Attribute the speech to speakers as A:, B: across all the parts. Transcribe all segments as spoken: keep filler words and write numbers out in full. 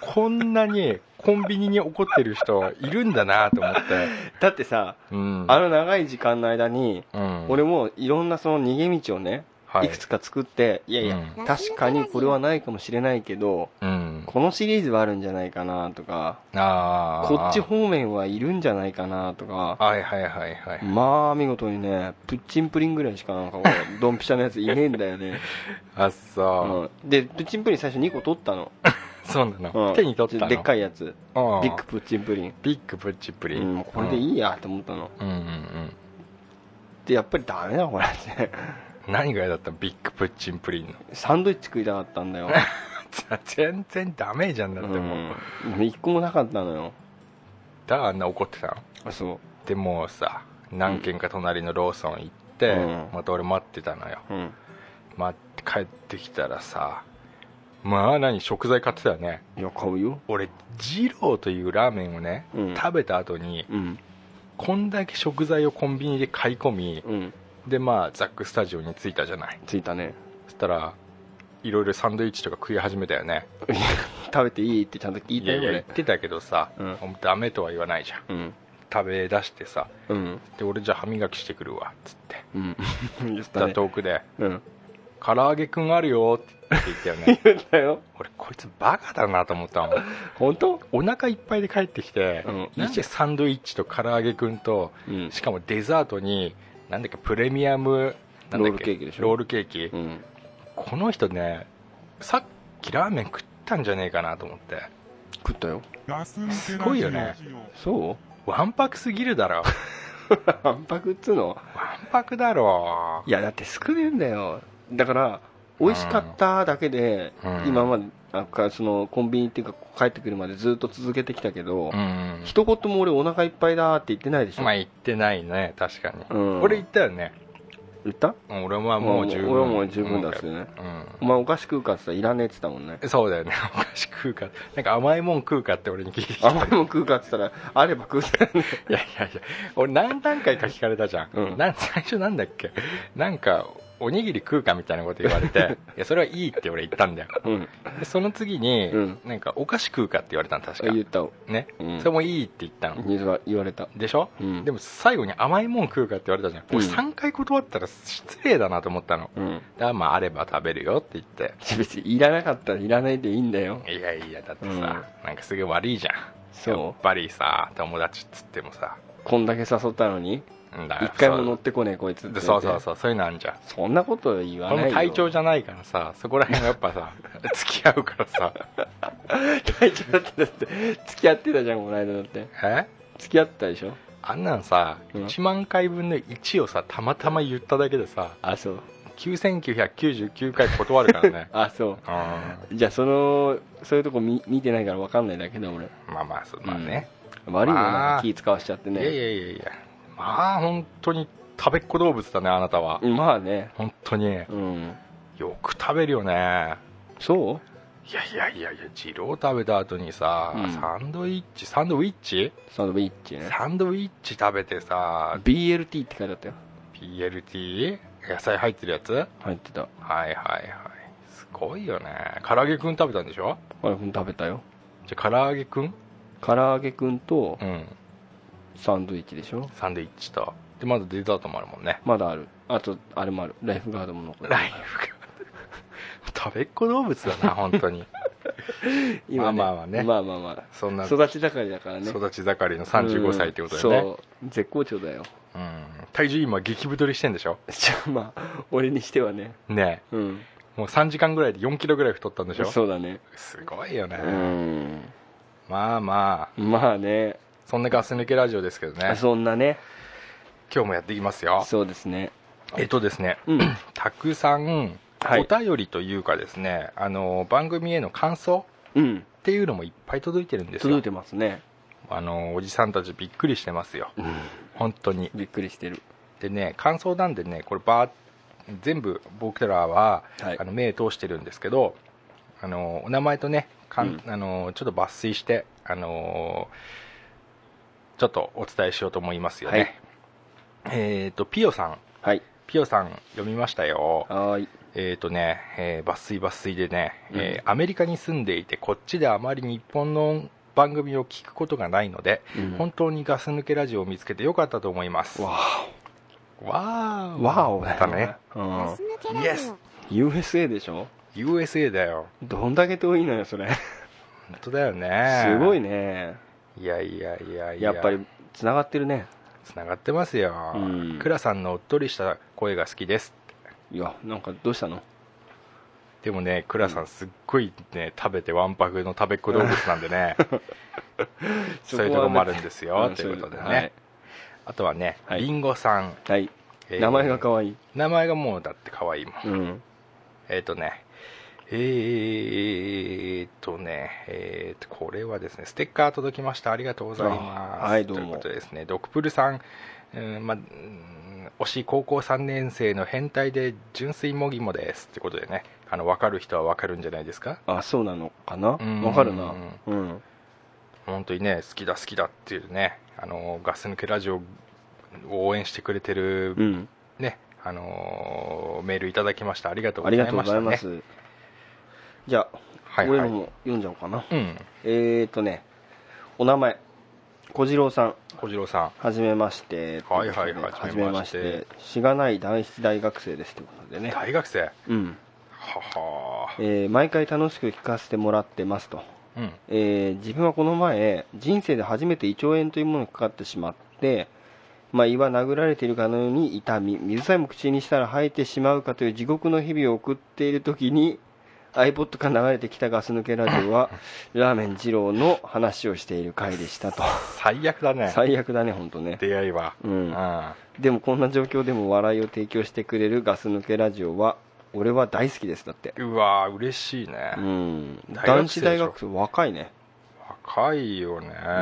A: こんなにコンビニに怒ってる人いるんだなと思って。
B: だってさ、うん、あの長い時間の間に、うん、俺もいろんなその逃げ道をね、はい、いくつか作って、いやいや、うん、確かにこれはないかもしれないけど、うん、このシリーズはあるんじゃないかなとか、あこっち方面はいるんじゃないかなとか、
A: はいはいはいはい、
B: まあ見事にね、プッチンプリンぐらいしかなんかドンピシャのやついねえんだよね。
A: あ、そう、
B: うん、でプッチンプリン最初にこ取ったの。
A: そうなの、うん、手に取ったの、
B: でっかいやつ、ビッグプッチンプリン、
A: ビッグプッチンプリン、
B: うん、これでいいやと思ったの、うんうんうん、でやっぱりダメだこれって
A: 何が嫌だった？ビッグプッチンプリンの
B: サンドイッチ食いたかったんだよ。
A: 全然ダメじゃんだっても
B: う、うん、一個もなかったのよ。
A: だからあんな怒ってたの？
B: あ、そう
A: でもさ、何軒か隣のローソン行って、うん、また俺待ってたのよ、うん、待って帰ってきたらさ、まあ何食材買ってたよね。
B: いや買うよ。
A: 俺二郎というラーメンをね、うん、食べた後に、うん、こんだけ食材をコンビニで買い込み、うん、でまあザックスタジオに着いたじゃない。
B: 着いたね。
A: そしたらいろいろサンドイッチとか食い始めたよね。
B: 食べていいってちゃんと聞いたよ。
A: いやいや言ってたけどさ、うん、ダメとは言わないじゃん、うん、食べ出してさ、うん、で俺じゃあ歯磨きしてくるわっつって、うん、言ったね、遠くで、うん、唐揚げくんあるよって言ったよね。
B: 言ったよ。
A: 俺こいつバカだなと思ったもん。
B: 本当？
A: お腹いっぱいで帰ってきて、うん、なんでサンドイッチと唐揚げくんと、うん、しかもデザートになんだっけプレミアムなんだっけ
B: ロールケーキでしょ。
A: ロールケーキ、うん、この人ねさっきラーメン食ったんじゃねえかなと思って。
B: 食ったよ。
A: すごいよね。
B: そう？
A: わんぱくすぎるだろ。
B: わんぱくっつうの？わ
A: んぱくだろ。
B: いやだって少ねえんだよ。だから美味しかっただけで、うん、今までなんかそのコンビニっていうか帰ってくるまでずっと続けてきたけど、うん、一言も俺お腹いっぱいだって言ってないでしょ。
A: まあ言ってないね、確かに、うん、俺言ったよね。
B: 言った？
A: 俺はもう十分。
B: 俺はもう十分だっすよね、うん、お前お菓子食うかって言ったらいらねえって言ったもんね。
A: そうだよね。お菓子食うか、なんか甘いもん食うかって俺に聞いてきた。
B: 甘いもん食うかって言ったらあれば食うたよね。
A: いやいやいや、俺何段階か聞かれたじゃん、うん、なん最初なんだっけ、なんかおにぎり食うかみたいなこと言われていやそれはいいって俺言ったんだよ、うん、でその次に、うん、なんかお菓子食うかって言われたの確か。
B: 言った
A: ね、うん、それもいいって言ったの。
B: 言われた
A: でしょ、うん、でも最後に甘いもん食うかって言われたじゃん、うん、俺さんかい断ったら失礼だなと思ったの、うん、だからまああれば食べるよって言って。
B: 別にいらなかったらいらないでいいんだよ。
A: いやいやだってさ、うん、なんかすげえ悪いじゃん。そうやっぱりさ友達っつってもさ
B: こんだけ誘ったのに一回も乗ってこねえこいつって。
A: そうそうそう、そういうのあんじゃん。
B: そんなこと言わないよ。
A: この隊長じゃないからさ、そこら辺はやっぱさ付き合うからさ。
B: 隊長だってだって付き合ってたじゃんこの間だって。
A: え？
B: 付き合ったでしょ。
A: あんなんさ、うん、いちまんかいぶんのいちをさたまたま言っただけでさ、
B: あ、そう、
A: きゅうせんきゅうひゃくきゅうじゅうきゅうかい断るからね。
B: あ、そう。じゃあそのそういうとこ 見, 見てないから分かんないだけだ俺。
A: まあまあそう、まあね、
B: うん、悪いもんなんか気使わしちゃってね。
A: いやいやいやいや、まあ本当に食べっ子動物だねあなたは。
B: まあね、
A: 本当に、うん、よく食べるよね。
B: そう？
A: いやいやいやいや、二郎食べた後にさ、うん、サンドイッチサンドウィッチ
B: サンドウィッチね。
A: サンドウィッチ食べてさ
B: ビーエルティー って書いてあったよ。
A: ビーエルティー？ 野菜入ってるやつ
B: 入ってた。
A: はいはいはい、すごいよね。唐揚げくん食べたんでしょ。
B: 唐揚げくん食べたよ。
A: じゃあ唐揚げくん
B: 唐揚げくんと、うん、サンドイッチでしょ。
A: サンドイッチとでまだデザートもあるもんね。
B: まだある。あとあれもある、ライフガードも残る。
A: ライフガード食べっ子動物だな本当に。今ね、まあまあまあね、
B: まあまあまあ
A: そんな
B: 育ち盛りだからね。
A: 育ち盛りのさんじゅうごさいってことだよね、うん、
B: そう絶好調だよ、
A: うん、体重今激太りしてんでしょ。
B: じゃあまあ俺にしてはね。
A: ねえ、うん、もうさんじかんぐらいでよんキロぐらい太ったんでしょ。
B: そうだね。
A: すごいよね。うん、まあまあ
B: まあね、
A: そんなガス抜けラジオですけどね。
B: そんなね、
A: 今日もやっていきますよ。
B: そうですね。
A: えっとですね、うん、たくさんお便りというかですね、はい、あの番組への感想っていうのもいっぱい届いてるんですよ。
B: 届いてますね。
A: あのおじさんたちびっくりしてますよ、うん、本当に
B: びっくりしてる。
A: でね、感想なんでね、これバー全部僕らは、はい、あの目通してるんですけど、あのお名前とねかん、うん、あのちょっと抜粋してあのちょっとお伝えしようと思いますよね、はい、えっ、ー、とピヨさん、
B: はい、
A: ピオさん読みましたよ。
B: はい。
A: えっ、ー、とね、えー、抜粋抜粋でね、うん、えー、アメリカに住んでいてこっちであまり日本の番組を聞くことがないので、うん、本当にガス抜けラジオを見つけてよかったと思います。
B: わ
A: ーわー
B: わー
A: だね。
B: うん、
C: ガス抜けラジオ
B: ユーエスエー でしょ。
A: ユーエスエー だよ。
B: どんだけ遠いのよそれ。
A: 本当だよね。
B: すごいね。
A: いやいやいやいや、
B: やっぱりつながってるね。
A: つながってますよ、うん、クラさんのおっとりした声が好きです。
B: いや、なんかどうしたの。
A: でもね、クラさんすっごいね、食べてわんぱくの食べっ子動物なんでねそういうとこもあるんですよ、うん、ということでね、はい、あとはね、はい、リンゴさん、
B: はい、えー、名前が可愛い。
A: 名前がもうだって可愛いもん、
B: うん、
A: えっ、ー、とねえーっとねえー、とこれはですね、ステッカー届きました。ありがとうございます。
B: はい、どうも。
A: ということでですね、ドクプルさん、うんま、推し高校さんねん生の変態で純粋もぎもですということでね、あの分かる人は分かるんじゃないですか。
B: あ、そうなのかな。分かるな。うん。
A: 本当にね、好きだ好きだっていうね、あのガス抜けラジオを応援してくれてる、うん、ね、あのメールいただきました。ありがとうございました、ね。ありがとうございます。
B: じゃあ、はいはい、俺も読んじゃおうかな。
A: うん、
B: えーとね、お名前小次郎さん。
A: 小次郎さん。
B: はじめまして。
A: はいはいはい。
B: はじめまして。しがない男子大学生ですということでね。
A: 大学生。
B: うん。
A: はは、
B: えー、毎回楽しく聞かせてもらってますと。
A: うん、
B: えー、自分はこの前人生で初めて胃腸炎というものにかかってしまって、まあ、胃は殴られているかのように痛み、水さえも口にしたら吐いてしまうかという地獄の日々を送っている時にiPod から流れてきたガス抜けラジオはラーメン二郎の話をしている回でしたと。
A: 最悪だね。
B: 最悪だね、本当ね。
A: 出会いは、
B: うん、あでもこんな状況でも笑いを提供してくれるガス抜けラジオは俺は大好きです。だって。
A: うわー嬉しいね。
B: うん、男子大学生若いね。
A: 若いよね、うん、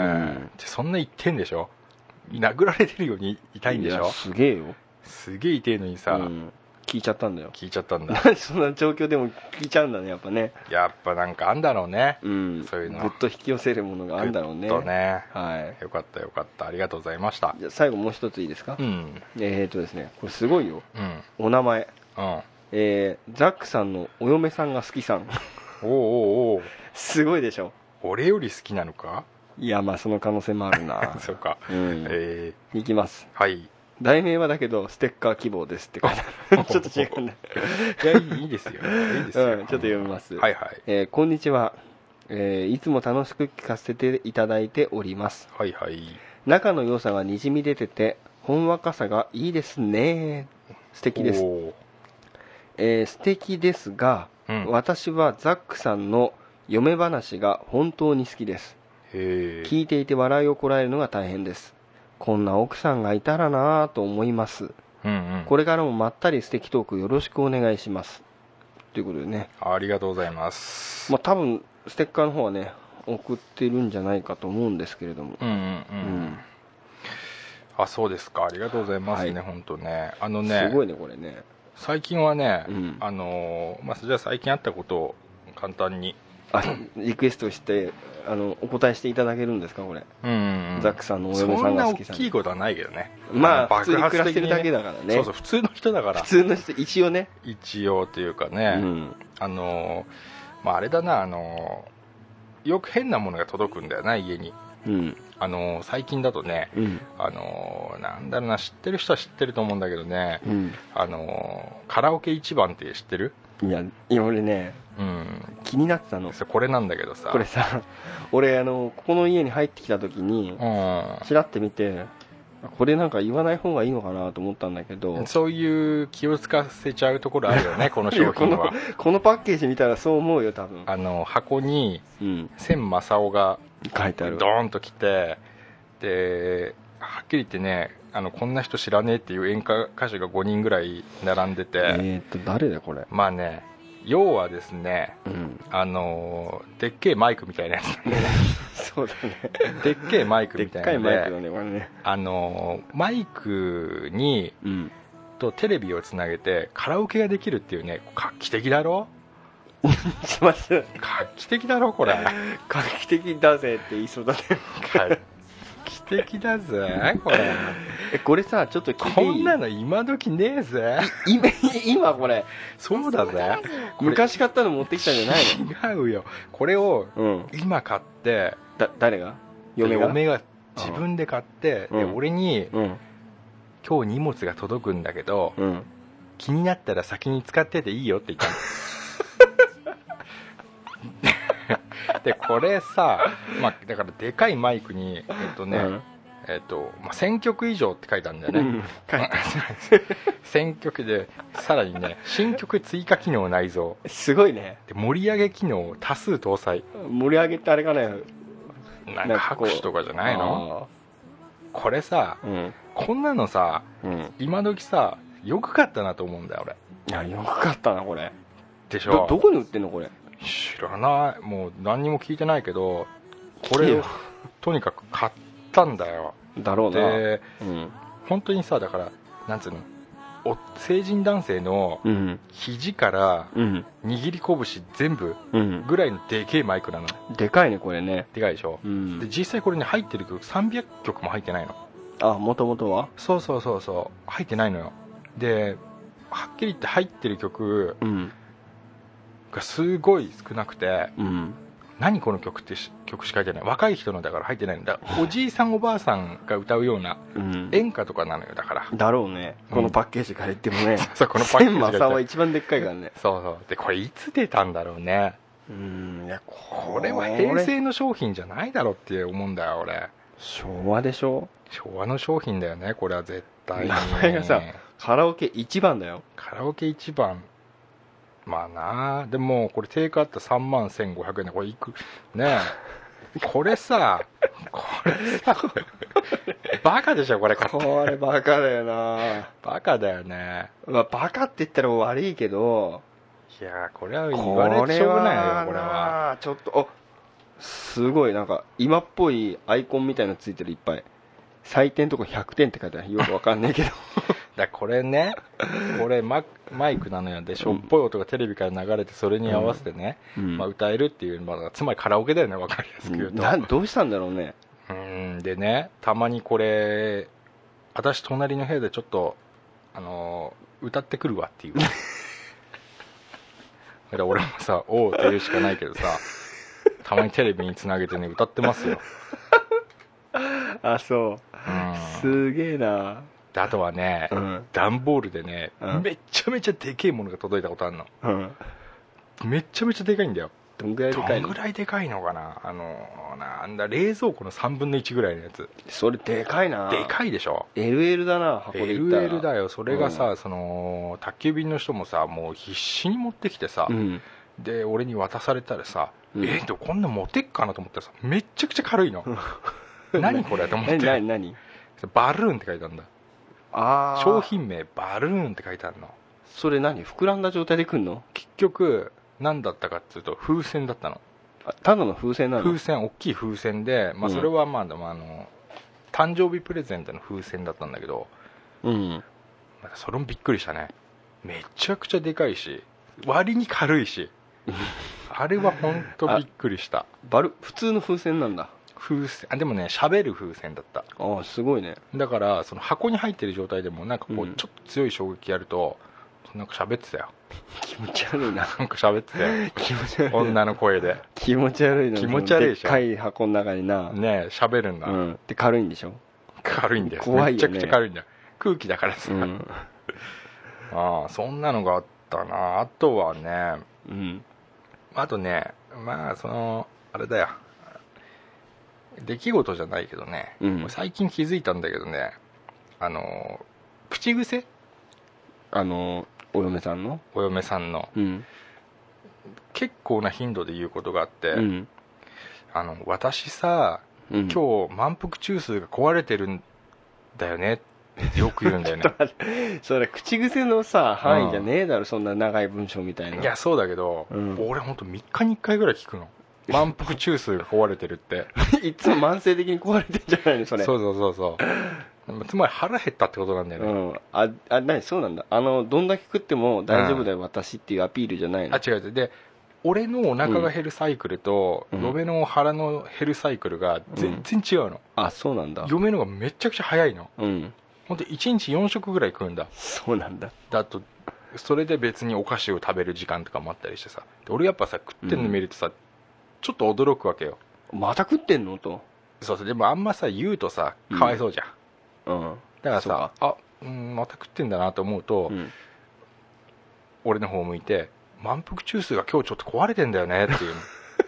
A: そんな言ってんでしょ。殴られてるように痛いんでしょ。
B: いやすげえよ。
A: すげえ痛いのにさ、うん、
B: 聞いちゃったんだよ。
A: 聞いちゃったんだ。
B: そんな状況でも聞いちゃうんだね、やっぱね。
A: やっぱなんかあんだろうね、
B: うん、
A: そういうの
B: ぐっと引き寄せるものがあるんだろうね。
A: ぐっとね、
B: はい、
A: よかったよかった、ありがとうございました。
B: じゃあ最後もう一ついいですか。
A: うん、
B: えーとですね、これすごいよ、
A: うん、
B: お名前、
A: うん、
B: えー、ザックさんのお嫁さんが好きさん。
A: おうおうおう、
B: すごいでしょ。
A: 俺より好きなのか。
B: いや、まあその可能性もあるな。
A: そうか、
B: うん、
A: えー、
B: いきます。
A: はい。
B: 題名はだけどステッカー希望ですって書いてある。ちょっと違うんだ。
A: いや、いいですよ、いいですよ、
B: うん、ちょっと読みます。
A: はいはい。
B: えー、こんにちは、えー、いつも楽しく聞かせていただいております。
A: はいはい。
B: 仲の良さがにじみ出ててほんわかさがいいですね。素敵です。えー、素敵ですが、うん、私はザックさんの嫁話が本当に好きです。
A: へー。
B: 聞いていて笑いをこらえるのが大変です。こんな奥さんがいたらなぁと思います、
A: うんうん、
B: これからもまったり素敵トークよろしくお願いしますということでね。
A: ありがとうございます。
B: まあ多分ステッカーの方はね送ってるんじゃないかと思うんですけれども、
A: うんうんうん、うん、あ、そうですか、ありがとうございますね、はい、本当ね、あのね、
B: すごいねこれね。
A: 最近はね、
B: うん、
A: あのまあ、じゃあ最近あったことを簡単に
B: あリクエストしてあのお答えしていただけるんですかこれ。
A: うんうんうん、
B: ザックさんのお嫁さんが好きさん。
A: そんな大きいことはないけどね。
B: まあ普通に暮らしてるだけだからね。
A: そうそう、普通の人だから。
B: 普通の人、一応ね。
A: 一応というかね、うん、あのまああれだな、あのよく変なものが届くんだよな、家に。
B: うん、
A: あの最近だとね、
B: うん、
A: あのなんだろうな、知ってる人は知ってると思うんだけどね、
B: うん、
A: あのカラオケ一番って知ってる？
B: いや、今俺ね、
A: うん、
B: 気になってたの。
A: これなんだけどさ、
B: これさ、俺あのここの家に入ってきた時にちらって見て、これなんか言わない方がいいのかなと思ったんだけど、
A: そういう気をつかせちゃうところあるよねこの商品は。
B: この、このパッケージ見たらそう思うよ多分。
A: あの箱に、
B: うん、
A: 千正雄が
B: 書いてある、
A: ドーンときて、ではっきり言ってね、あのこんな人知らねえっていう演歌歌手がごにんぐらい並んでて、え
B: ーっと誰だこれ。
A: まあね、要はですね、
B: うん、
A: あのでっけえマイクみたいなやつなんで
B: そうだね、
A: でっけえマイクみたいなので、
B: でっかいマイクだねこれね。
A: あのマイクに、
B: うん、
A: とテレビをつなげてカラオケができるっていうね、画期的だろ
B: ちょっと待って、
A: 画期的だろこれ。
B: 画期的だぜって言いそうだね。
A: 画期敵だぜこれ。
B: えこれさちょっと聞いていい？
A: こんなの今時ねえぜ。
B: 今今これ
A: そうだぜ。
B: 昔買ったの持ってきたんじゃない
A: の？違うよ。これを今買って、
B: うん、だ誰が？嫁が？
A: 嫁が自分で買って、うん、で俺に、うん、今日荷物が届くんだけど、うん、気になったら先に使ってていいよって言ったの。でこれさ、まあ、だからでかいマイクにえっとね、うんえっとまあ、せんきょく以上って書いてあるんだよね、うん、せんきょくでさらにね新曲追加機能内蔵
B: すごいね。
A: で盛り上げ機能多数搭載。
B: 盛り上げってあれかね、
A: なんか拍手とかじゃないの？これさ、うん、こんなのさ、うん、今時さよく買ったなと思うんだよ俺。
B: いやよく買ったなこれ。
A: でしょ。
B: ど, どこに売ってんのこれ？
A: 知らない。もう何にも聞いてないけどこれをとにかく買ったんだよ。
B: だろうな。
A: で、うん、本当にさだからなんつうのお成人男性の肘から握り拳全部ぐらいのでけえマイクなの。
B: でかいねこれね。
A: でかいでしょ、うん、で実際これね入ってる曲さんびゃっきょくも入ってないの。
B: あもともとは？
A: そうそうそうそう入ってないのよ。ではっきり言って入ってる曲がすごい少なくて、うん、何この曲って曲しか入ってない。若い人のだから入ってないんだ。おじいさんおばあさんが歌うような演歌とかなのよ。だから
B: だろうね。このパッケージから言ってもね、うん、
A: そうこのパッケージ
B: から千正は一番でっかいからね。
A: そうそう。でこれいつ出たんだろうね。
B: うーんいや
A: これは平成の商品じゃないだろうって思うんだよ俺。
B: 昭和でしょ。
A: 昭和の商品だよねこれは絶対に。
B: 名前がさカラオケ一番だよ。
A: カラオケ一番。まあなあでもこれ定価あったさんまんせんごひゃくえんでこれいくねえこれさこれさバカでしょこれ。
B: これバカだよな。
A: バカだよね。
B: まあバカって言ったら悪いけど
A: いやこれは言われてしょうがないよこれは。
B: ちょっとおすごいなんか今っぽいアイコンみたいなのついてるいっぱい。採点とかひゃくてんって書いてある。よくわかんないけど
A: だこれねこれ マ, マイクなのよ。でしょっぽい音がテレビから流れてそれに合わせてね、うんまあ、歌えるっていう、まあ、つまりカラオケだよね分かりやすく言うと。な
B: どうしたんだろうね。
A: うんでねたまにこれ私隣の部屋でちょっとあの歌ってくるわっていうだから俺もさおうって言うしかないけどさたまにテレビにつなげてね歌ってますよ
B: あそう、うん、すげえな。
A: あとはね、うん、段ボールでね、うん、めちゃめちゃでけえものが届いたことあるの、うん、めちゃめちゃでかいんだよ。
B: どんぐらいでかいの？
A: どんぐらいでかいのかな。あのなんだ冷蔵庫のさんぶんのいちぐらいのやつ。
B: それでかいな。
A: でかいでしょ。
B: エルエル だな箱で言ったら。
A: エルエル だよ。それがさ、うん、その宅急便の人もさもう必死に持ってきてさ、うん、で俺に渡されたらさ、うん、えっとこんな持てっかなと思ったらさめっちゃくちゃ軽いの何これと思って。
B: 何何
A: バルーンって書いてあるんだ。
B: あ
A: 商品名バルーンって書いてあるの。
B: それ何膨らんだ状態で来んの？
A: 結局何だったかっていうと風船だったの。
B: あただの風船なの？
A: 風船大きい風船で、まあ、それはまあ、うん、でもあの誕生日プレゼントの風船だったんだけど、うん、またそれもびっくりしたね。めちゃくちゃでかいし割に軽いしあれは本当びっくりした。
B: バル普通の風船なんだ。
A: 風船あでもね喋る風船だった。
B: ああすごいね。
A: だからその箱に入ってる状態でもなんかこう、うん、ちょっと強い衝撃やるとなんか喋ってたよ。
B: 気持ち悪いな。
A: なんか喋ってたよ気持ち悪い女の声で。
B: 気持ち悪いな。
A: 気持ち悪いでしょ。
B: でっかい箱の中にな
A: ね喋るんだ、うん、
B: で軽いんでしょ。
A: 軽いんだよ。
B: 怖いよね。
A: めちゃくちゃ軽いんだよ。空気だからさ、うん、ああそんなのがあったな。あとはね、うん、あとねまあそのあれだよ出来事じゃないけどね、うん、最近気づいたんだけどねあの口癖
B: あのお嫁さんの
A: お嫁さんの、うん、結構な頻度で言うことがあって、うん、あの私さ、うん、今日満腹中枢が壊れてるんだよねってよく言うんだよね
B: それ口癖のさ範囲じゃねえだろ、うん、そんな長い文章みたいな。
A: いやそうだけど、うん、俺ほんとみっかにいっかいぐらい聞くの満腹中枢が壊れてるって
B: いつも慢性的に壊れてんじゃないのそれ。
A: そうそうそうそうつまり腹減ったってことなんだよね、うん、
B: ああ何そうなんだ。あのどんだけ食っても大丈夫だよ、うん、私っていうアピールじゃないの。
A: あ違うで俺のお腹が減るサイクルと、うん、嫁の腹の減るサイクルが全然違うの、うん、
B: あ、そうなんだ。
A: 嫁のがめちゃくちゃ早いの。
B: うん、
A: ほんといちにちよん食ぐらい食うんだ。
B: そうなんだ。
A: だとそれで別にお菓子を食べる時間とかもあったりしてさ、で俺やっぱさ食ってんの見るとさ、うん、ちょっと驚くわけよ。
B: また食ってんのと。
A: そうそう、でもあんまさ言うとさかわいそうじゃん、うん、だからさ、あ、うん、また食ってんだなと思うと、うん、俺の方向いて、満腹中枢が今日ちょっと壊れてんだよねっていう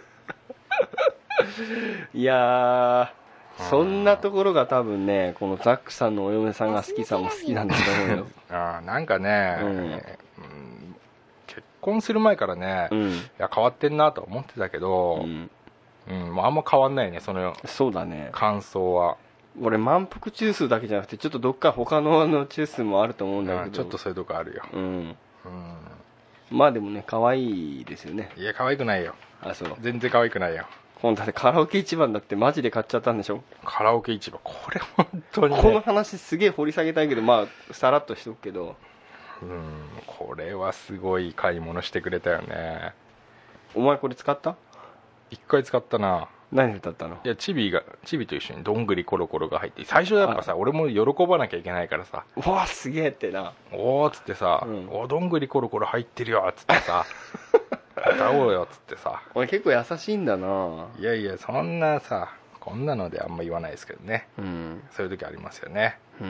B: いやー、そんなところが多分ね、このザックさんのお嫁さんが好きさんも好きなんだと思うよ
A: あ、なんかね、うん、結婚する前からね、うん、いや変わってんなと思ってたけど、うんうん、もうあんま変わんないね、その
B: そうだね、
A: 感想は。
B: 俺満腹中枢だけじゃなくてちょっとどっか他のの中枢もあると思うんだけど、うん、
A: ちょっとそういうとこあるよ、うん、うん、
B: まあでもね、可愛いですよね。
A: いや可愛くないよ。
B: あ、そう、
A: 全然可愛くないよ。
B: 今度だってカラオケ一番だってマジで買っちゃったんでしょ。
A: カラオケ一番、これ本当に、ね、
B: この話すげえ掘り下げたいけど、まあさらっとしとくけど、
A: うん、これはすごい買い物してくれたよね。
B: お前これ使った？
A: 一回使ったな。
B: 何で歌ったの？
A: いや、チビがチビと一緒にどんぐりコロコロが入って、最初やっぱさ俺も喜ばなきゃいけないからさ、
B: うわすげえってな、
A: おーっつってさ、うん、おどんぐりコロコロ入ってるよっつってさ歌おうよっつってさ。
B: 俺結構優しいんだな。
A: いやいや、そんなさ、こんなのであんま言わないですけどね、うん、そういう時ありますよね。
B: うん、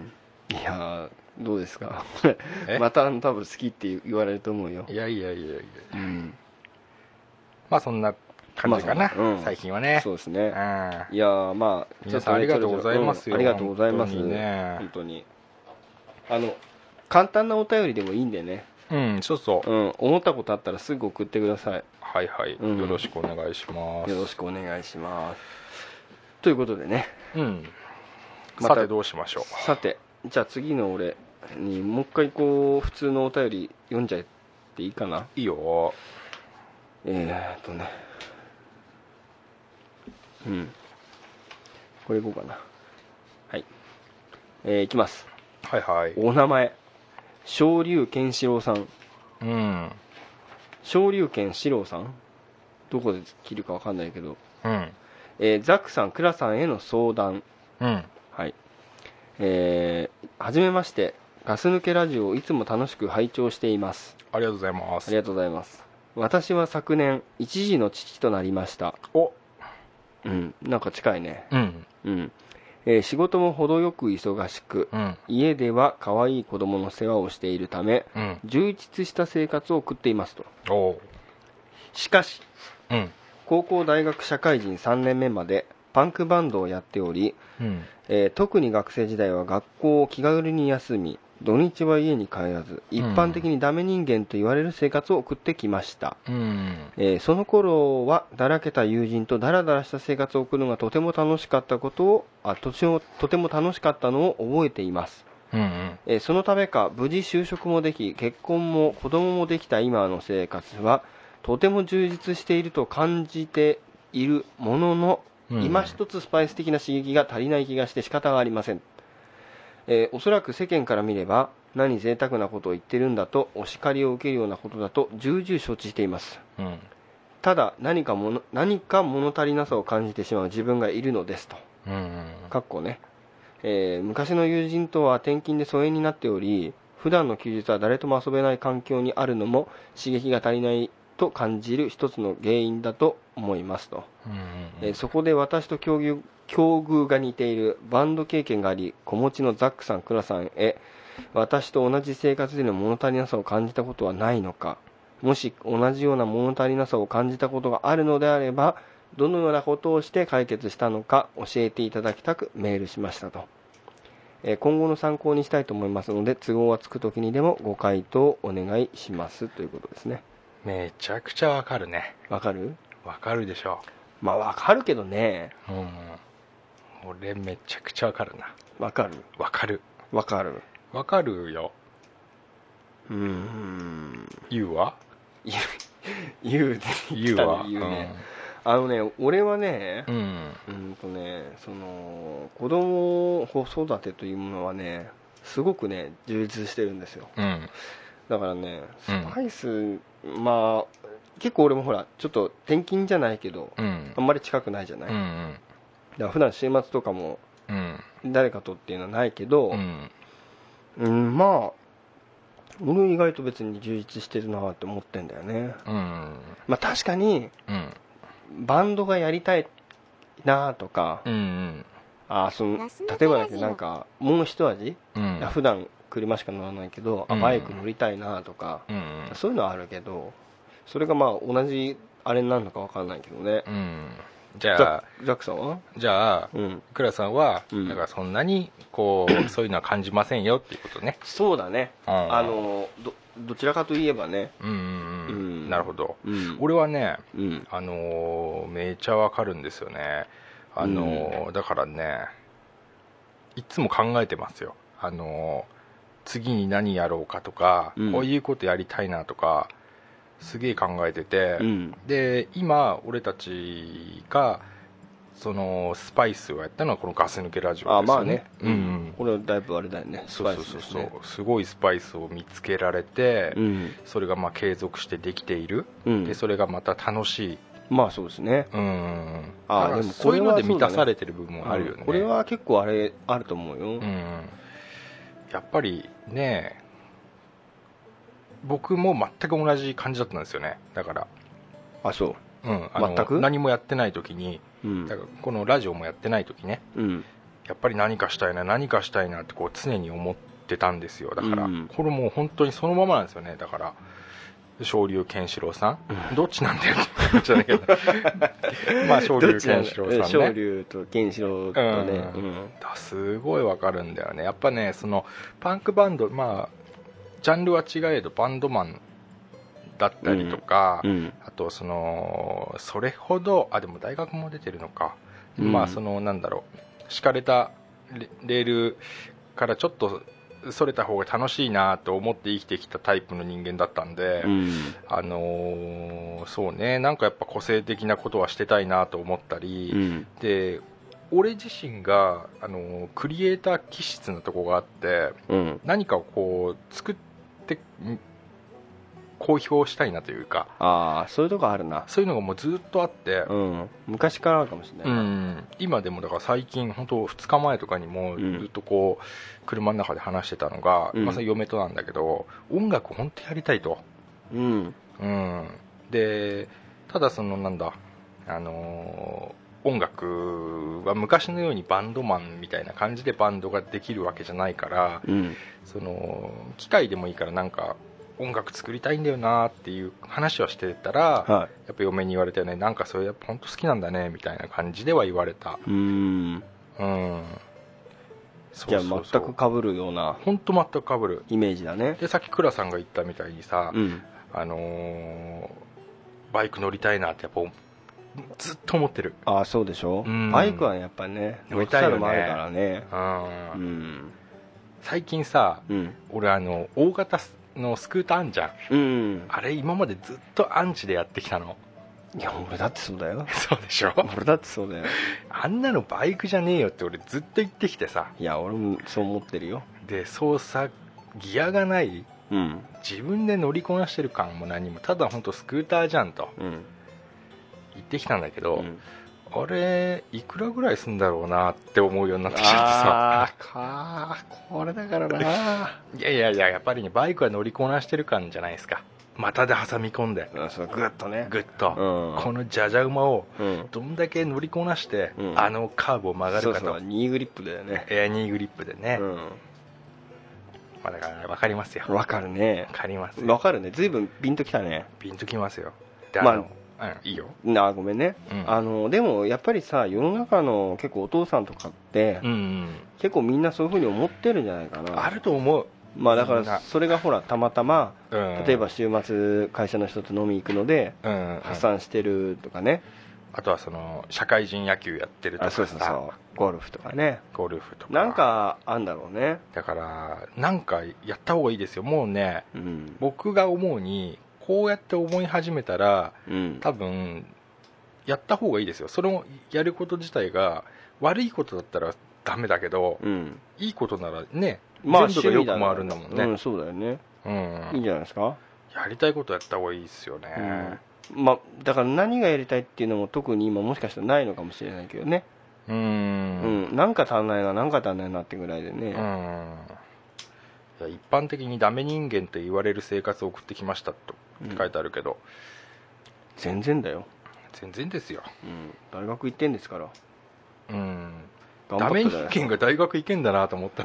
B: いやどうですかまた多分好きって言われると思うよ。
A: いやいやいやいや、うん、まあそんな感じかな、まあうん、最近はね。
B: そうですね、うん、いやまあ
A: 皆さんありがとうございますよ、
B: うん、ありがとうございます、本当にね、本当にあの簡単なお便りでもいいんでね、
A: うん、そうそう、
B: うん、思ったことあったらすぐ送ってください。
A: はいはい、うん、よろしくお願いします。
B: よろしくお願いしますということでね、うん、
A: ま、さてどうしましょう。
B: さてじゃあ次の俺にもう一回こう普通のお便り読んじゃっていいかな。
A: いいよ。
B: えーっとねうん、これいこうかな。はい、えー、いきます。
A: はいはい。
B: お名前昇龍健志郎さん。うん。昇龍健志郎さん、どこで切るかわかんないけど、うん。えー、ザックさん、クラさんへの相談。うん。はい。えー、はじめまして。ガス抜けラジオをいつも楽しく拝聴しています。
A: ありがとうございます。
B: ありがとうございます。私は昨年一児の父となりました。
A: お。
B: うん、なんか近いね。うん、うんえー、仕事も程よく忙しく、うん、家では可愛い子供の世話をしているため、うん、充実した生活を送っていますと。おしかし、うん、高校大学社会人さんねんめまでパンクバンドをやっており、うんえー、特に学生時代は学校を気軽に休み、土日は家に帰らず、一般的にダメ人間と言われる生活を送ってきました、うんえー、その頃はだらけた友人とダラダラした生活を送るのがとても楽しかったことをあ と, とても楽しかったのを覚えています、うんうんえー、そのためか無事就職もでき、結婚も子供もできた今の生活はとても充実していると感じているものの、うん、今一つスパイス的な刺激が足りない気がして仕方がありません。えー、おそらく世間から見れば何贅沢なことを言ってるんだとお叱りを受けるようなことだと重々承知しています、うん、ただ何かもの何か物足りなさを感じてしまう自分がいるのですと、うんうん、かっこね、えー、昔の友人とは転勤で疎遠になっており、普段の休日は誰とも遊べない環境にあるのも刺激が足りないと感じる一つの原因だと思いますと、うんうんうんえー、そこで私と境遇境遇が似ているバンド経験があり子持ちのザックさん、クラさんへ私と同じ生活での物足りなさを感じたことはないのか、もし同じような物足りなさを感じたことがあるのであればどのようなことをして解決したのか教えていただきたくメールしましたと、えー、今後の参考にしたいと思いますので都合がつくときにでもご回答お願いしますということですね。
A: めちゃくちゃわかるね。
B: わかる？
A: わかるでしょ。
B: まあわかるけどね、うん
A: 俺めちゃくちゃわかるな。
B: わかる
A: わかる
B: わかる
A: わかるよ。
B: うーん
A: 言うわ
B: 言う
A: 言うわ
B: 言うね、うん、あのね俺はね、うん、うんとねその子供子育てというものはねすごくね充実してるんですよ、うん、だからねスパイス、うん、まあ結構俺もほらちょっと転勤じゃないけど、うん、あんまり近くないじゃない、うんうん、だから普段週末とかも誰かとっていうのはないけど、うんうん、まあ俺意外と別に充実してるなって思ってんだよね、うん、まあ確かに、うん、バンドがやりたいなとか、うんうん、あその例えばだけどなんかもう一味、うん、普段車しか乗らないけど、うん、バイク乗りたいなとか、うん、そういうのはあるけど、それがまあ同じあれになるのか分かんないけどね、うん、
A: じゃあ
B: ジャックさんは
A: じゃあ、うん、クラさんは、うん、だからそんなにこうそういうのは感じませんよっていうことね。
B: そうだね、うん、あの ど, どちらかといえばね、うんうん
A: うん、なるほど、うん、俺はね、うん、あのめちゃわかるんですよね。あの、うん、だからねいつも考えてますよ。あの次に何やろうかとか、うん、こういうことやりたいなとかすげえ考えてて、うん、で今俺たちがそのスパイスをやったのはこのガス抜けラジオですよね。あまあね、
B: うんうん、これはだいぶあれだよね、スパイスですね。そうそうそう、
A: すごいスパイスを見つけられて、うん、それがまあ継続してできている、うん、でそれがまた楽しい。
B: まあそうですね、うん、
A: あでもそういうので満たされてる部分もあるよね、うん、
B: これは結構あれあると思うよ、うん、
A: やっぱりね僕も全く同じ感じだったんですよね。だから
B: あそう、うん、
A: あの全く何もやってない時に、うん、だからこのラジオもやってない時ね、うん、やっぱり何かしたいな何かしたいなってこう常に思ってたんですよ。だから、うん、これもう本当にそのままなんですよね。だから昇龍健志郎さん、うん、どっちなんだよって言っちゃうけどまあ昇龍健志郎さんね、
B: 昇龍と健志郎とね、
A: うんうん、すごいわかるんだよね。やっぱねそのパンクバンド、まあジャンルは違えどバンドマンだったりとか、うんうん、あとそのそれほどあでも大学も出てるのか、うん、まあそのなんだろう敷かれたレールからちょっとそれた方が楽しいなと思って生きてきたタイプの人間だったんで、うん、あのー、そうねなんかやっぱ個性的なことはしてたいなと思ったり、うん、で俺自身が、あのー、クリエイター気質なとこがあって、うん、何かをこう作って公表したいなというか、
B: ああそういうとこあるな。
A: そういうのがもうずっとあって、
B: うん、昔からあるかもしれない、うん、
A: 今でもだから最近本当ふつかまえとかにもずっとこう車の中で話してたのが、うん、まあ、それ嫁となんだけど音楽本当やりたいと、うんうん、でただそのなんだあのー、音楽は昔のようにバンドマンみたいな感じでバンドができるわけじゃないから、うん、その機械でもいいからなんか音楽作りたいんだよなっていう話はしてたら、はい、やっぱ嫁に言われたよね、なんかそれやっぱ本当好きなんだねみたいな感じでは言われた。うーん、うん、
B: じゃあ全く被るような
A: 本当全く被る
B: イメージだね。
A: でさっき倉さんが言ったみたいにさ、うん、あのー、バイク乗りたいなってやっぱずっと思ってる。
B: ああそうでしょ、うん、バイクはやっぱね
A: 乗りたいよね。
B: もあるからね、
A: うん、うん、最近さ、うん、俺あの大型のスクーターあんじゃん、うん、あれ今までずっとアンチでやってきたの。
B: いや俺だってそうだよ
A: そうでしょ。
B: 俺だってそうだよ。
A: あんなのバイクじゃねえよって俺ずっと言ってきてさ。
B: いや俺もそう思ってるよ。
A: で操作ギアがない、うん、自分で乗りこなしてる感も何もただ本当スクーターじゃんと、うん、言ってきたんだけど、うん、あれいくらぐらいすんだろうなって思うようになってきちゃってさ。
B: あーかーこれだからない
A: やいやいややっぱりねバイクは乗りこなしてる感じゃないですか。股で挟み込んで、
B: うん、そうグッとね
A: グッと、うん、このじゃじゃ馬をどんだけ乗りこなして、うん、あのカーブを曲がるかと。
B: そうそうニーグリップだよね。
A: エアニーグリップでね、うん、まあ、だから分かりますよ。
B: 分かるね。
A: 分かりますよ。
B: 分かるね。随分ピンときたね。
A: ピンときますよ。であの、まあうん、いいよ。
B: あごめんね、うん、あのでもやっぱりさ世の中の結構お父さんとかって、うんうん、結構みんなそういうふうに思ってるんじゃないかな。
A: あると思う。
B: まあだからそれがほらたまたま、うん、例えば週末会社の人と飲み行くので、うんうん、破産してるとかね。
A: あとはその社会人野球やってるとかさ、
B: そうそうそうゴルフとかね。
A: ゴルフとか
B: なんかあんだろうね。
A: だからなんかやった方がいいですよ。もうね、うん、僕が思うにこうやって思い始めたら、うん、多分やった方がいいですよ。それをやること自体が悪いことだったらダメだけど、うん、いいことならね、まあ、全部がよく回るんだもんね。
B: うん、そうだよね、うん、いいんじゃないですか。
A: やりたいことやった方がいいですよね、
B: まあだから何がやりたいっていうのも特に今もしかしたらないのかもしれないけどね。
A: うーん、
B: うん、なんか足んないななんか足んないなってぐらいでね。
A: うん、いや一般的にダメ人間と言われる生活を送ってきましたと書いてあるけど、うん、
B: 全然だよ。
A: 全然ですよ、
B: うん、大学行ってんですから。
A: うん、ダメ人間が大学行けんだなと思ったね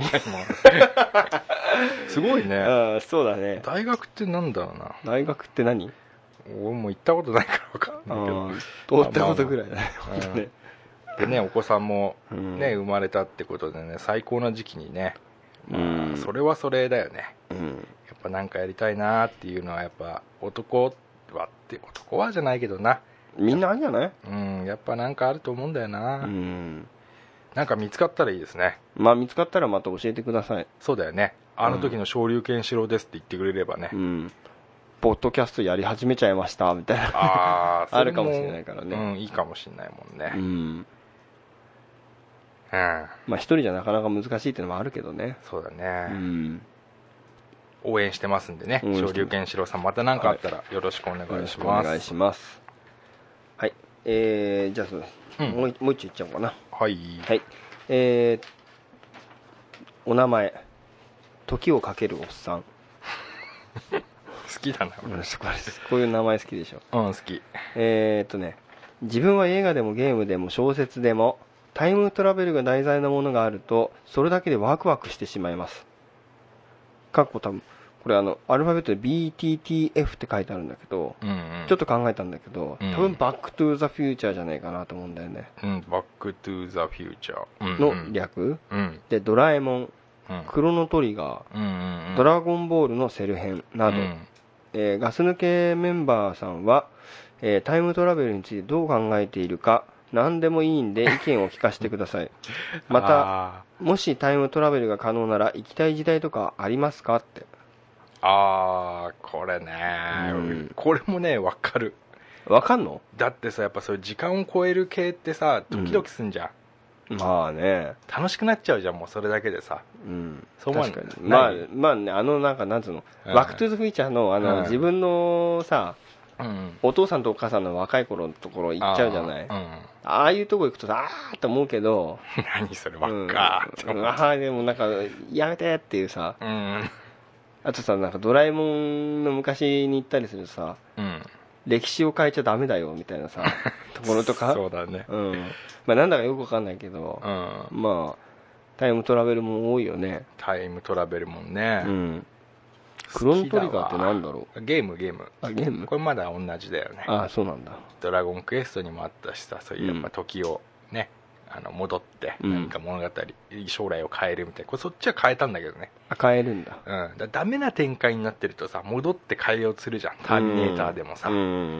A: すごいね。
B: あ、そうだね。
A: 大学ってなんだろうな。
B: 大学って何？
A: 俺も行ったことないから分かんない
B: けど、通ったことぐらいだね、まあまあ、ね。
A: でね、お子さんもね、うん、生まれたってことでね、最高な時期にね、まあ、うん、それはそれだよね、うん、やっぱなんかやりたいなっていうのはやっぱ男はって男はじゃないけどな、
B: みんなあるんじゃない？
A: うん、やっぱなんかあると思うんだよな、うん、なんか見つかったらいいですね。
B: まあ見つかったらまた教えてください。
A: そうだよね、あの時の昇竜拳四郎ですって言ってくれればね、
B: うん、ポッドキャストやり始めちゃいましたみたいなああるかもしれないからね、
A: うん、いいかもしれないもんね、うん、
B: うん、まあ一人じゃなかなか難しいっていうのもあるけどね。
A: そうだね、うん、応援してますんでね、昇竜拳四郎さんまた何かあったらよろしくお願いします。よろしくお
B: 願いします。はい、えー、じゃあそうです、うん、もうもう一丁いっちゃおうかな。
A: はい、
B: はい、えー、お名前時をかけるおっさん
A: 好きだな、
B: うん、こういう名前好きでしょ。
A: うん、好き。
B: えーっとね、自分は映画でもゲームでも小説でもタイムトラベルが題材のものがあるとそれだけでワクワクしてしまいます。かっこ多分これあのアルファベットで ビーティーティーエフ って書いてあるんだけど、うんうん、ちょっと考えたんだけど、多分バックトゥーザフューチャーじゃないかなと思うんだよね。
A: うん、バックトゥーザフューチャー
B: の略、うん、でドラえもん、うん、クロノトリガー、うんうんうん、ドラゴンボールのセル編など、うん、えー、ガス抜けメンバーさんは、えー、タイムトラベルについてどう考えているか何でもいいんで意見を聞かせてくださいまたもしタイムトラベルが可能なら行きたい時代とかありますかって。
A: ああ、これね、うん、これもね分かる。
B: 分かんの？
A: だってさ、やっぱそういう時間を超える系ってさドキドキすんじゃん、
B: うん、まあね、
A: 楽しくなっちゃうじゃん、もうそれだけでさ、
B: うん、そう思う。確かにまあまあね、あのなんかなんつうの、うん、バックトゥーザフューチャーのあの、うん、自分のさ、うん、お父さんとお母さんの若い頃のところ行っちゃうじゃない。 あ,、うん、ああいうとこ行くとあーって思うけど
A: 何そればっかーって思う、
B: うん、ああでもなんかやめてっていうさ、うん、あとさ、なんかドラえもんの昔に行ったりするとさ、うん、歴史を変えちゃダメだよみたいなさところとか
A: そうだね、
B: うん、まあなんだかよくわかんないけど、うん、まあタイムトラベルも多いよね。
A: タイムトラベルもね、うん、
B: クロノトリガーってなんだろ
A: う。ゲームゲーム
B: あゲーム、
A: これまだ同じだよね。
B: ああ、そうなんだ。
A: ドラゴンクエストにもあったしさ、そういうやっぱ時をね、あの戻って何か物語、うん、将来を変えるみたいな、これそっちは変えたんだけどね。
B: あ、変えるんだ。
A: うん、だダメな展開になってるとさ、戻って変えようとするじゃん、ターミネーターでもさ、うん、うん、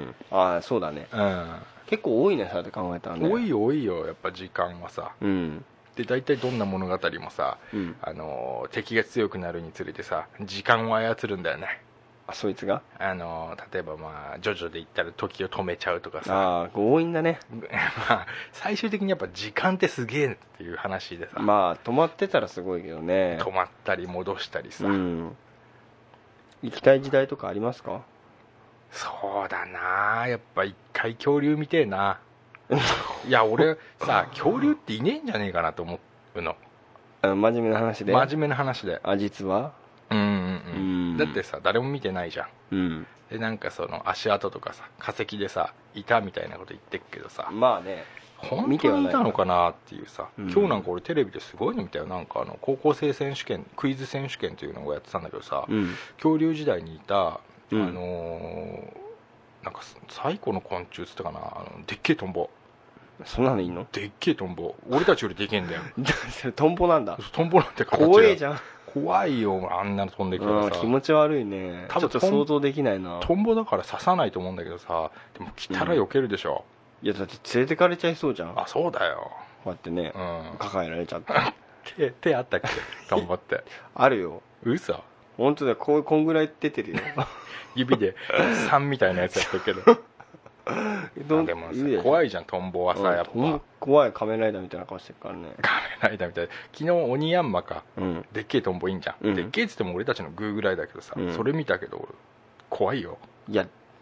B: ああそうだね、うん、結構多いね、そうやって考えたらね。
A: 多いよ多いよ、やっぱ時間はさ、うん、で大体どんな物語もさ、うん、あの敵が強くなるにつれてさ時間を操るんだよね。
B: あ、そいつが
A: あの例えばまあジョジョで言ったら時を止めちゃうとかさ、
B: ああ強引だね
A: まあ最終的にやっぱ時間ってすげえっていう話でさ、
B: まあ止まってたらすごいけどね。
A: 止まったり戻したりさ、うん、
B: 行きたい時代とかありますか？
A: そうだな、やっぱ一回恐竜見てえないや俺さ恐竜っていねえんじゃねえかなと思うの。
B: あの真面目な話で
A: 真面目な話で、
B: あ実は
A: うんうんうん、うん、だってさ誰も見てないじゃん、うん、でなんかその足跡とかさ化石でさいたみたいなこと言ってるけどさ、
B: まあね
A: 本当にいたのかなっていうさ、うん、今日なんか俺テレビですごいの見たよ。なんかあの高校生選手権クイズ選手権というのをやってたんだけどさ、うん、恐竜時代にいた、うん、あのー、なんか最古の昆虫っつったかな、あのでっけえトンボ。
B: そんなのいいの？
A: でっけえトンボ、俺たちよりでけえんだよ
B: トンボなんだ。
A: トンボなんて形が
B: 怖いじゃん。
A: 怖いよ、あんなの飛んできたらさ。
B: 気持ち悪いね。ちょっと想像できないな。
A: トンボだから刺さないと思うんだけどさ、でも来たら避けるでしょ、
B: うん、いやだって連れてかれちゃいそうじゃん。
A: あ、そうだよ。
B: こうやってね、うん、抱えられちゃって
A: 手, 手あったっけトンボって
B: あるよ。
A: 嘘？
B: 本当だよ、こうこんぐらい出てるよ
A: 指でさんみたいなやつやってるけどどでもさ怖いじゃんトンボはさ、うん、やっぱ
B: 怖い、仮面ライダーみたいな顔してるからね。
A: 仮面ライダーみたい。昨日鬼ヤンマか、うん、でっけえトンボいいんじゃん、うん、でっけえっつっても俺たちのグーぐらいだけどさ、うん、それ見たけど俺怖いよ。
B: いや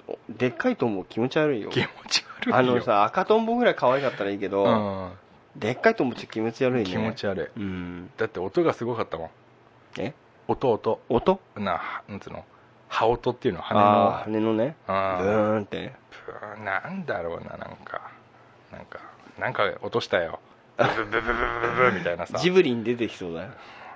B: でっかいトンボ気持ち悪いよ。
A: 気持ち悪いよ。
B: あのさ、赤トンボぐらい可愛かったらいいけど、うん、でっかいトンボって気持ち悪いね。
A: 気持ち悪い、
B: うん、
A: だって音がすごかったもん。
B: え
A: 音音
B: 音
A: な、なんつうの、羽音っていうの、羽の
B: あ羽のね、ブーンって
A: ブーン、なんだろうな、なんかなんかなんか落としたよ、ブブブブブブブみたいなさ、
B: ジブリに出てきそうだよ。うん、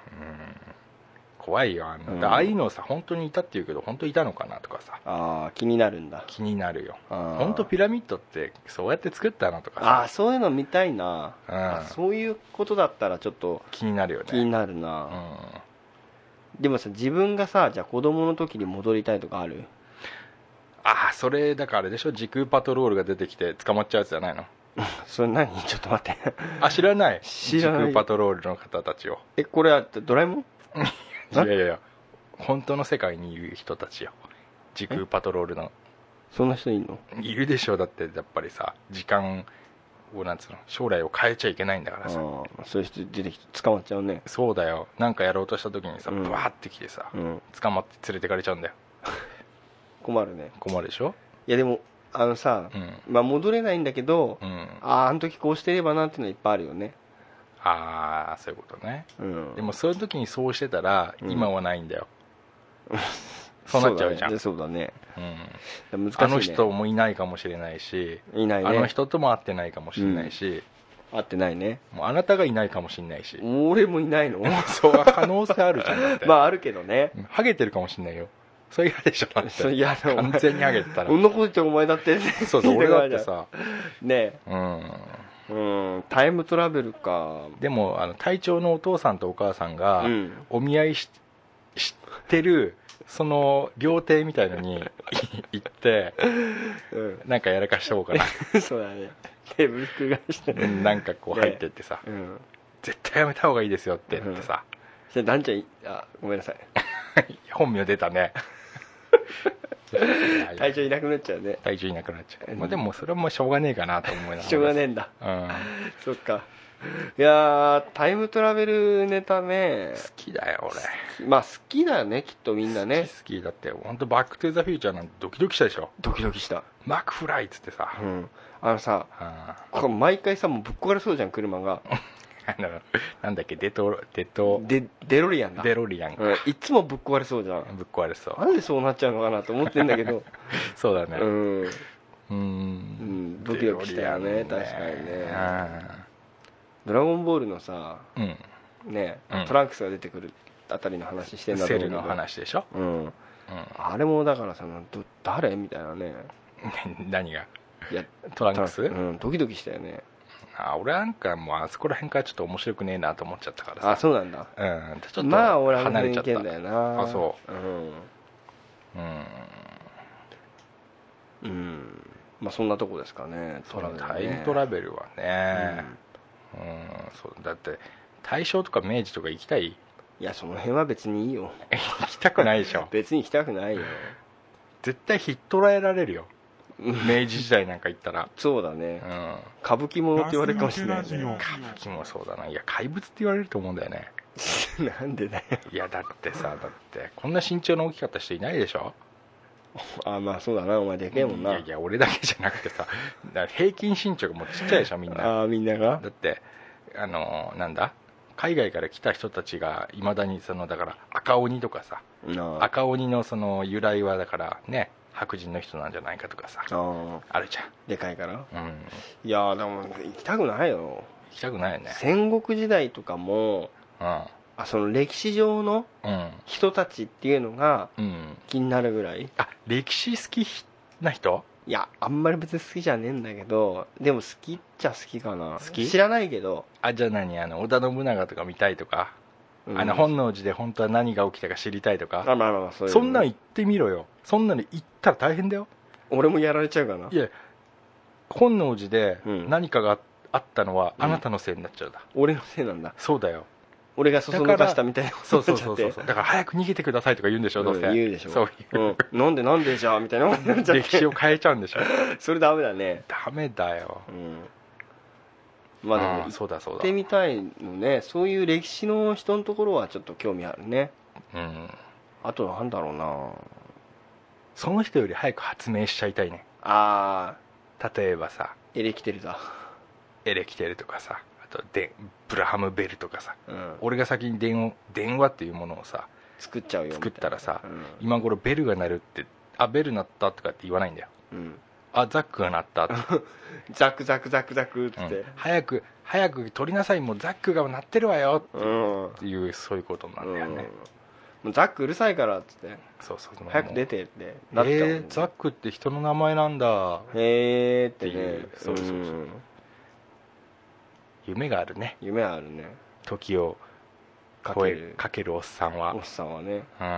A: 怖いよ、あんな、うん、ああいうのさ、本当にいたって言うけど本当いたのかなとかさ、
B: ああ気になるんだ。
A: 気になるよ。本当ピラミッドってそうやって作ったのとかさ、
B: ああそういうの見たいな、うん、そういうことだったらちょっと
A: 気になるよね。
B: 気になるな、うん、でもさ、自分がさ、じゃあ子供の時に戻りたいとかある？
A: ああ、それだからあれでしょ、時空パトロールが出てきて捕まっちゃうやつじゃないの？
B: それ何？ちょっと待って
A: あ、知らない？
B: 知らない。
A: 時空パトロールの方たちを。
B: え、これはドラえもん？
A: いやいやいや、本当の世界にいる人たちよ、時空パトロールの。
B: そんな人いるの？い
A: るでしょ。だってやっぱりさ、時間をなんつうの、将来を変えちゃいけないんだからさ。
B: あ、そういう人出てきて捕まっちゃうね。
A: そうだよ、なんかやろうとした時にさ、ブワーってきてさ、うん、捕まって連れてかれちゃうんだよ
B: 困るね。
A: 困るでしょ。
B: いやでもあのさ、うん、まあ戻れないんだけど、うん、あああの時こうしてればなっていうのはいっぱいあるよね。
A: ああ、そういうことね、うん、でもそういう時にそうしてたら、うん、今はないんだよそうなっちゃうじゃん。
B: そうだね、
A: うん、難しいね。あの人もいないかもしれないし、
B: いないね、
A: あの人とも会ってないかもしれないし、
B: うん、会ってないね。
A: もうあなたがいないかもしれないし、
B: 俺もいないの
A: そう、可能性あるじゃん。だって
B: まああるけどね、
A: ハゲてるかもしれないよ。それ嫌でしょ。だって
B: それ嫌だ。
A: 完全にハゲてたら。
B: そんなこと言ってお前だって
A: そうそう、俺だってさ
B: ねえ、うんうん、タイムトラベルか。
A: でもあの隊長のお父さんとお母さんがお見合いし、知ってるその料亭みたいのに行って、うん、なんかやらかしておこうか
B: なそうだね、テーブルひっくり返して
A: なんかこう入ってってさ、ね、うん、絶対やめた方がいいですよって言ってさ、
B: うん、それなんちゃん、あ、ごめんなさい
A: 本名出たね
B: 隊長いなくなっちゃうね。
A: 隊長いなくなっちゃう、まあ、でもそれはもうしょうがねえかなと思いながら。
B: しょうがねえんだ、うん、そっか。いやー、タイムトラベルネタね、
A: 好きだよ
B: 俺。まあ好きだよね、きっとみんなね。
A: 好き好きだって、本当バックトゥザフューチャーなんてドキドキしたでしょ。
B: ドキドキした。
A: マクフライっつってさ、うん、
B: あのさ、これ毎回さ、もうぶっ壊れそうじゃん、車が
A: なんだっけ、デトデト
B: デデロリアンだ。
A: デロリアンか、
B: うん、いつもぶっ壊れそうじゃん。
A: ぶっ壊れそう。
B: なんでそうなっちゃうのかなと思ってんだけど
A: そうだね、うん、
B: うんうん、ドキドキしたよね、確かにね。ドラゴンボールのさ、うん、ね、うん、トランクスが出てくるあたりの話してんだろうけど、
A: セルの話でしょ、うんうん、
B: あれもだからさ、ど誰みたいなね
A: 何が、いやトランクス、
B: うん、ドキドキしたよね。
A: あ、俺なんかもうあそこら辺からちょっと面白くねえなと思っちゃったからさ。
B: あ、そうなんだ、
A: うん、ちょっと
B: まあ俺は離れちゃった。だよな。
A: あ、そう、うん
B: うん、うん、まあそんなとこですかね。
A: トラベルね、タイムトラベルはね、うん、うん、そうだって大正とか明治とか行きたい？い
B: や、その辺は別にいいよ
A: 行きたくないでしょ
B: 別に行きたくないよ。
A: 絶対ひっ捕らえられるよ明治時代なんか行ったら
B: そうだね、うん、歌舞伎者って言われるかもしれないね。歌舞
A: 伎もそうだな。いや、怪物って言われると思うんだよね
B: なんでだよ。
A: いや、だってさ、だってこんな身長の大きかった人いないでしょ
B: あ、まあそうだな、お前でけえもんな。
A: いやいや、俺だけじゃなくてさ、だ平均身長がもうちっちゃいでしょみんな。
B: あ、みんなが。
A: だってあのなんだ、海外から来た人たちがいまだにその、だから赤鬼とかさ、赤鬼のその由来はだからね、白人の人なんじゃないかとかさ、 あ, あるじゃん、
B: でかいから、うん、いやでも行きたくないよ。
A: 行きたくないよね。
B: 戦国時代とかも、うん、あ、その歴史上の人たちっていうのが気になるぐらい、うん、
A: あ、歴史好きな人？
B: いや、あんまり別に好きじゃねえんだけど、でも好きっちゃ好きかな。好き？知らないけど。
A: あ、じゃあ何、あの織田信長とか見たいとか、うん、あの本能寺で本当は何が起きたか知りたいとか、
B: あ、まあまあ、そういう、
A: そんなん言ってみろよ。そんなの言ったら大変だよ。
B: 俺もやられちゃうかな。
A: いや、本能寺で何かがあったのはあなたのせいになっちゃうだ、
B: うん、俺のせいなんだ。
A: そうだよ。
B: 俺がそそのかしたみたいな。
A: そうそうそうそう。だから早く逃げてくださいとか言うんでしょ、どうせ。
B: うん、言うでしょ。
A: そういう、
B: うん、なんでなんでじゃあみたいなことになっちゃって
A: 歴史を変えちゃうんでしょ
B: それダメだね。
A: ダメだよ、
B: うん、まあでも
A: あ、そうだそうだ、
B: 行ってみたいのね。そういう歴史の人のところはちょっと興味あるね。うん。あとなんだろうな、
A: その人より早く発明しちゃいたいね。
B: あ
A: あ、例えばさ、
B: エレキテルだ。
A: エレキテルとかさ、あとでブラハムベルとかさ、
B: うん、
A: 俺が先に電話電話っていうものをさ
B: 作っちゃうよ、
A: 作ったらさ、
B: うん、
A: 今頃ベルが鳴るって、あ、ベル鳴ったとかって言わないんだよ、
B: うん、
A: あ、ザックが鳴ったって
B: ザクザクザクザクって、うん、
A: 早く早く取りなさい、もうザックが鳴ってるわよっていう、うん、そういうことなんだよね、うん、も
B: うザックうるさいからっつって、
A: そうそうそう、
B: 早く出てって
A: なっちゃう、ね、えー、ザックって人の名前なんだ
B: へーってね、
A: いう、そうそうそう、うん、夢があるね、
B: 夢あるね、
A: 時をかけるかけるおっさんは
B: おっさんはね、
A: うん、うん、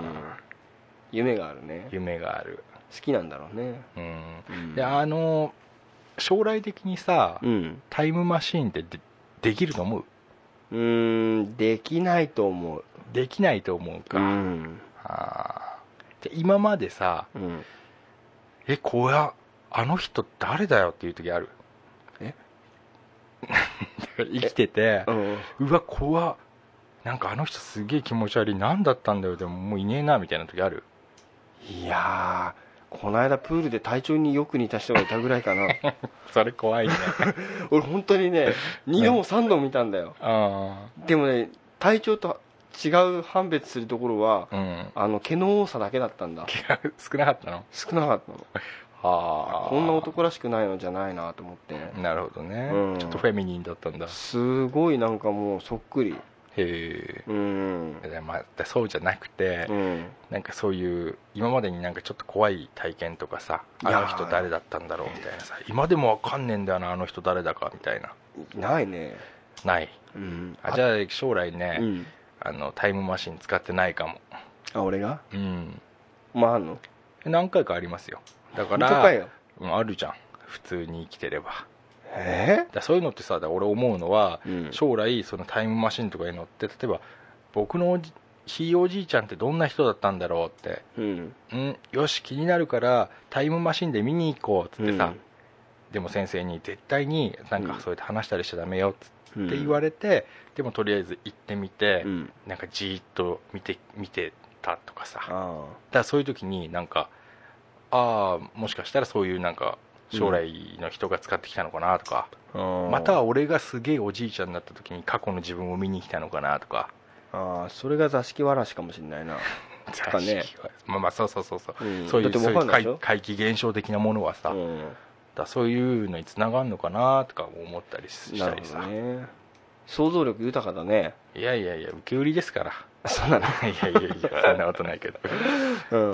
B: 夢があるね、
A: 夢がある、
B: 好きなんだろうね、
A: うんうん、で、あの将来的にさ、うん、タイムマシーンって で, できると思う？
B: うーん、できないと思う。
A: できないと思うか、うん、あで今までさ、うん、え、こやあの人誰だよっていう時ある？
B: え
A: 生きてて、うん、うわ怖っ、なんかあの人すげえ気持ち悪い、何だったんだよ、でももういねえなみたいな時ある？
B: いやー、この間プールで体調によく似た人がいたぐらいかな
A: それ怖いね
B: 俺本当にねにどもさんども見たんだよ、
A: あ
B: でもね、体調と違う判別するところは、うん、あの毛の多さだけだったんだ。
A: 少なかったの？
B: 少なかったの。はあ、こんな男らしくないのじゃないなと思って。
A: なるほどね、うん、ちょっとフェミニンだったんだ。
B: すごいなんかもうそっくり。
A: へえ、
B: うん、
A: まあ、そうじゃなくて、うん、なんかそういう今までになんかちょっと怖い体験とかさ、あの人誰だったんだろうみたいなさ、今でも分かんねえんだよな、あの人誰だかみたいな。
B: ないね。
A: ない、
B: うん、
A: あ、じゃあ将来ね、
B: うん、
A: あのタイムマシン使ってないかも。
B: あ、俺が？
A: うん。
B: まああんの？
A: 何回かありますよ。だから
B: 本当かよ。
A: うん、あるじゃん、普通に生きてれば。
B: えー、
A: だそういうのってさ、俺思うのは、うん、将来そのタイムマシンとかいうのって、例えば僕のひいおじいちゃんってどんな人だったんだろうって、うん、うん、よし気になるからタイムマシンで見に行こうっつってさ、うん、でも先生に絶対になんかそうやって話したりしちゃダメよっつって言われて、うん、でもとりあえず行ってみて、うん、なんかじーっと見て見てたとかさ、だからそういう時になんか、ああもしかしたらそういうなんか将来の人が使ってきたのかなとか、うん、または俺がすげえおじいちゃんになった時に過去の自分を見に来たのかなとか。
B: ああ、それが座敷わらしかもしれないな
A: 座敷わらし、まあまあそうそうそうそう、うん、そういうそういう怪, 怪奇現象的なものはさ、うん、だそういうのにつながるのかなとか思ったりしたりさ、
B: ね、想像力豊かだね。
A: いやいやいや、受け売りですから
B: そうなのい
A: やいやいや、そんなことないけど
B: うん、うん、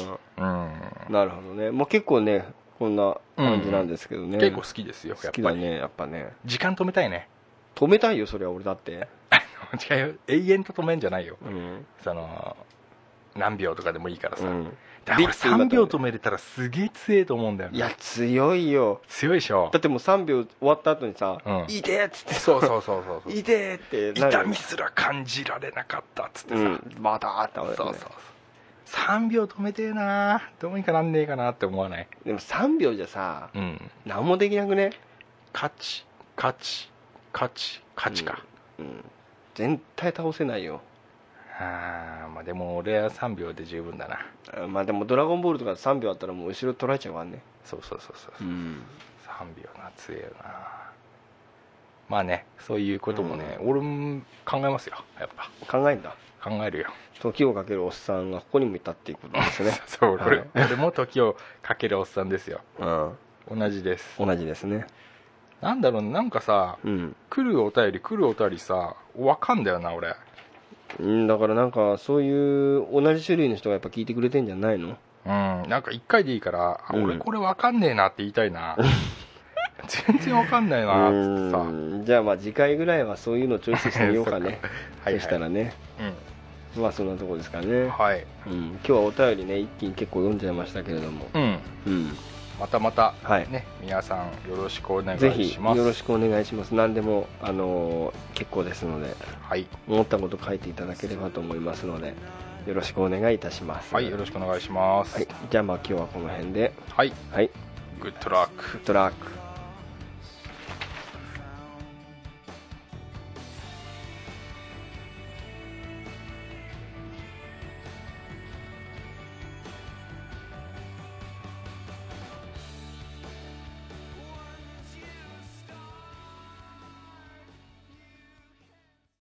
B: なるほどね。もう結構ねこんな感じなんですけどね、うん、
A: 結構好きですよ。やっぱり
B: 好きだね、やっぱね。
A: 時間止めたいね。
B: 止めたいよ、それは俺だって
A: 違うよ、永遠と止めんじゃないよ、うん、その何秒とかでもいいからさ、うん、だから俺さんびょう止めれたらすげえ強いと思うんだよね。
B: いや強いよ、
A: 強いでしょ。
B: だってもうさんびょう終わった後にさ、うん、痛えっつって、
A: そうそうそうそう
B: 痛えって
A: なる、痛みすら感じられなかったっつってさ、うん、
B: バターって、ね、
A: そうそうそう、さんびょう止めてえな、どうにかなんねえかなって思わない？
B: でもさんびょうじゃさ、うん、何もできなくね。
A: 勝ち勝ち勝ち勝ちか、
B: うんうん、絶対倒せないよ。
A: あ、まあでも俺はさんびょうで十分だな。
B: まあでもドラゴンボールとかさんびょうあったらもう後ろ取られちゃうわね。
A: そうそうそうそう、うん、さんびょうな、強いよな。まあね、そういうこともね、うん、俺も考えますよ、やっぱ。
B: 考えんだ。
A: 考えるよ。
B: 時をかけるおっさんがここにもいたっていうことですね
A: そう、これ、はい、俺も時をかけるおっさんですよ、うん、同じです。
B: 同じですね。
A: なんだろう、なんかさ、うん、来るお便り来るお便りさ、わかんだよな俺。
B: うん、だからなんかそういう同じ種類の人がやっぱ聞いてくれてんじゃないの。
A: うん、なんかいっかいでいいから、うん、俺これわかんねえなって言いたいな全然わかんないなっつって
B: さ。じゃあまあ次回ぐらいはそういうのチョイスしてみようかねそ, はい、そしたらね、うん、まあそんなとこですかね。
A: はい、
B: うん、今日はお便りね一気に結構読んじゃいましたけれども、うん、
A: うん、またまた、はい、ね、皆さんよろしくお願いします。ぜひ
B: よろしくお願いします。何でも、あのー、結構ですので、はい、思ったこと書いていただければと思いますのでよろしくお願いいたします。
A: はい、よろしくお願いします。
B: はい、じゃあまあ今日はこの辺で、
A: はい、
B: はい、
A: グッドラック。
B: グッドラック。